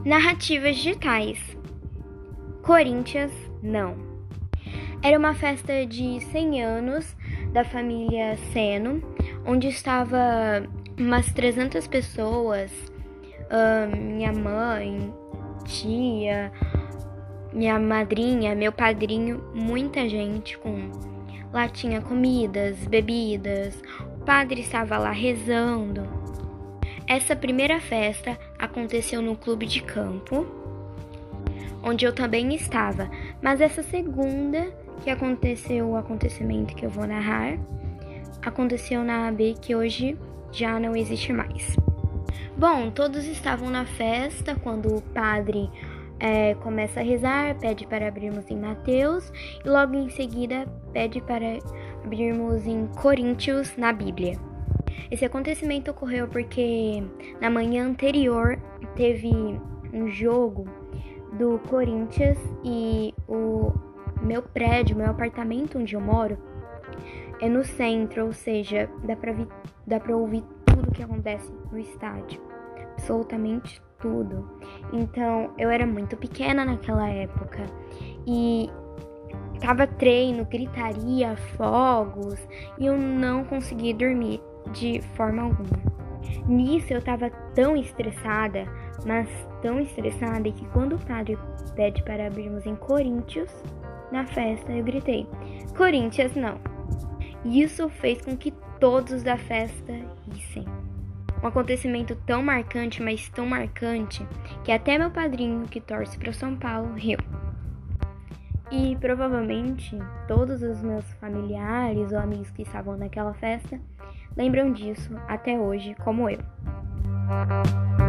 Narrativas digitais. Corinthians, não. Era uma festa de 100 anos da família Seno, onde estava umas 300 pessoas, minha mãe, tia, minha madrinha, meu padrinho, muita gente lá tinha comidas, bebidas, o padre estava lá rezando. Essa primeira festa aconteceu no clube de campo, onde eu também estava, mas essa segunda que aconteceu, o acontecimento que eu vou narrar, aconteceu na AB, que hoje já não existe mais. Bom, todos estavam na festa quando o padre começa a rezar, pede para abrirmos em Mateus e logo em seguida pede para abrirmos em Coríntios na Bíblia. Esse acontecimento ocorreu porque na manhã anterior teve um jogo do Corinthians e o meu prédio, meu apartamento onde eu moro é no centro, ou seja, dá pra ouvir tudo que acontece no estádio, absolutamente tudo. Então, eu era muito pequena naquela época e tava treino, gritaria, fogos e eu não consegui dormir de forma alguma. Nisso eu tava tão estressada, mas tão estressada que quando o padre pede para abrirmos em Coríntios, na festa eu gritei, Corinthians não. Isso fez com que todos da festa rissem. Um acontecimento tão marcante, mas tão marcante, que até meu padrinho, que torce para São Paulo, riu. E provavelmente todos os meus familiares ou amigos que estavam naquela festa lembram disso até hoje, como eu.